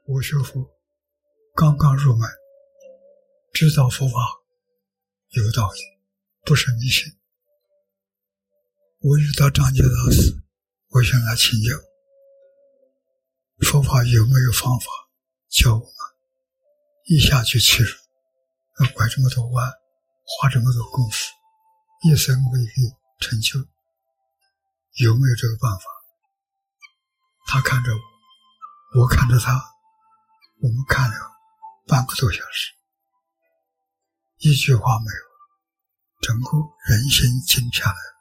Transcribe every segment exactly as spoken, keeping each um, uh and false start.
我学佛刚刚入门，知道佛法有道理，不是迷信。我遇到张杰老师，我向他请教，佛法有没有方法教我们一下就切入，要拐这么多弯，花这么多功夫，一生未必成就，有没有这个办法？他看着我，我看着他，我们看了半个多小时，一句话没有，整个人心静下来了。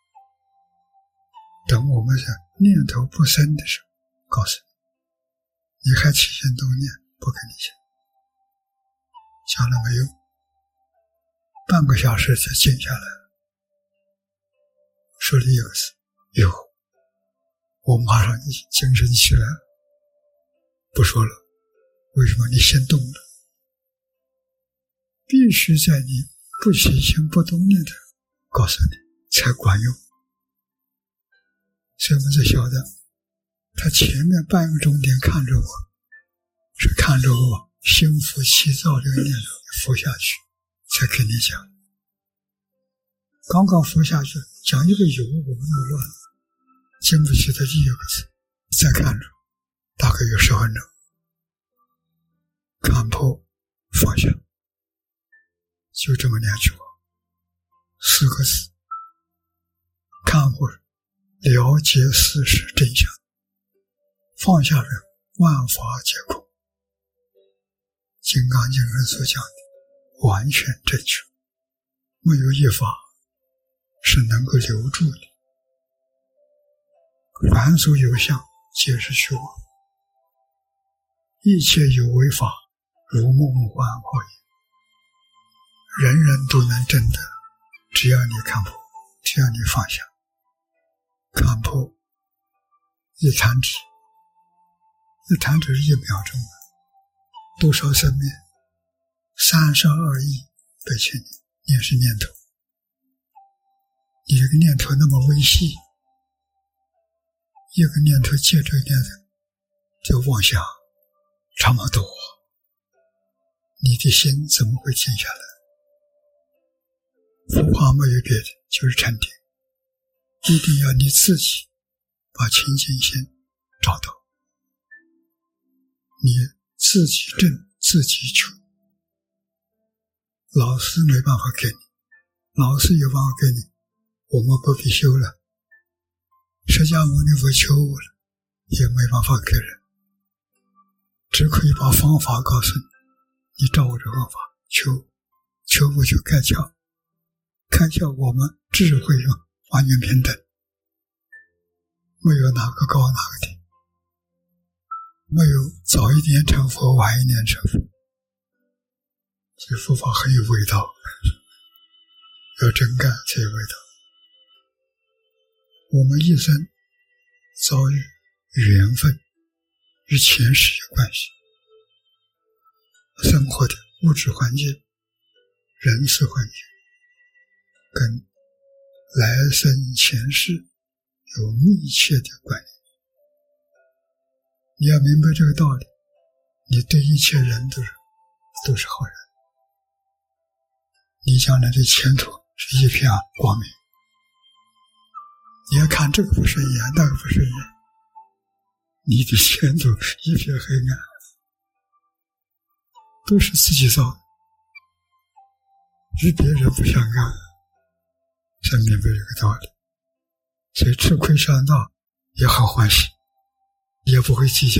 等我们的念头不生的时候，告诉你，你还起心动念，不跟你讲，讲了没用，半个小时就静下来了。说的有事有，我马上精神起来了，不说了。为什么？你先动了，必须在你不起心不动念的告诉你才管用。所以我们才晓得，他前面半个钟点看着我，是看着我心浮气躁这个念头浮下去，才跟你讲。刚刚浮下去，讲一个有，我们就乱了，经不起的第一个字，再看着，大概有十分钟，看破放下，就这么两句话，四个字，看破了解事实真相，放下人，万法皆空。金刚经上所讲的完全正确，没有一法是能够留住的，凡所有相皆是虚妄，一切有为法如梦幻泡影，人人都能证得，只要你看破，只要你放下。看破一弹指，一弹指一秒钟，多少生命？三十二亿八千年，念是念头。你这个念头那么微细，一个念头接着念头就妄想这么多，你的心怎么会静下来？佛法没有别的，就是禅定。一定要你自己把清净心找到，你自己证自己求，老师没办法给你，老师有办法给你，我们不必修了。释迦牟尼佛求我了，也没办法给人，只可以把方法告诉你，你照我这方法求，求我就开窍，开窍我们智慧上完全平等，没有哪个高哪个低，没有早一点成佛晚一点成佛，所以佛法很有味道，要真干才有味道。我们一生遭遇缘分与前世有关系，生活的物质环境、人事环境跟来生前世有密切的关联。你要明白这个道理，你对一切人都是都是好人，你将来的前途是一片光明。你要看这个不顺眼，那个不顺眼，你的前途一片黑暗，都是自己造的，与别人不相干，才明白这个道理。所以吃亏上当也很欢喜，也不会计较。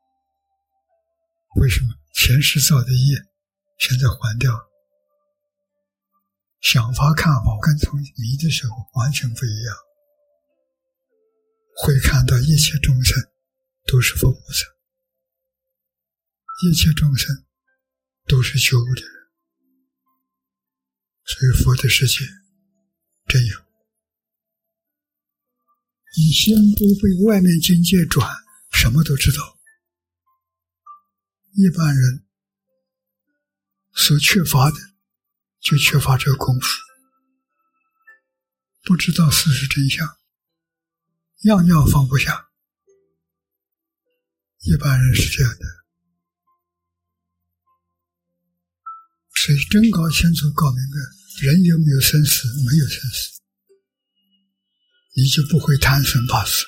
为什么？前世造的业现在还掉了，想法看法跟从迷的时候完全不一样，会看到一切众生都是佛菩萨，一切众生都是觉悟的人，所以佛的世界真有。你心不被外面境界转，什么都知道。一般人所缺乏的就缺乏这个功夫，不知道事实真相，样样放不下。一般人是这样的， 所以真搞清楚搞明白人有没有生死，没有生死，你就不会贪生怕死。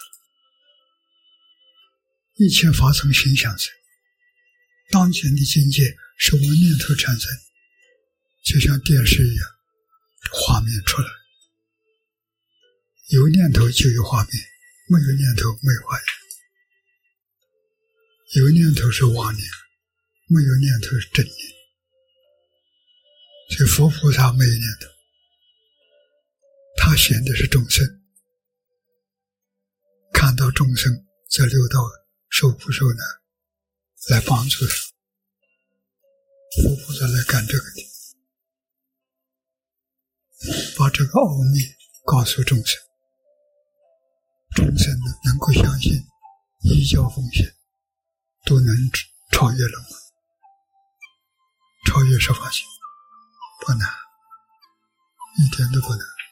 一切法从心想生，当前的境界是我们念头产生，就像电视一样，画面出来，有念头就有画面，没有念头没有画面。有念头是妄念，没有念头是正念。所以佛菩萨没有念头，他显的是众生，看到众生在六道受苦受难，来帮助他，佛菩萨来干这个的，把这个奥秘告诉众生，众生能够相信，依教奉献，都能超越轮回，超越十法界，不难，一点都不难。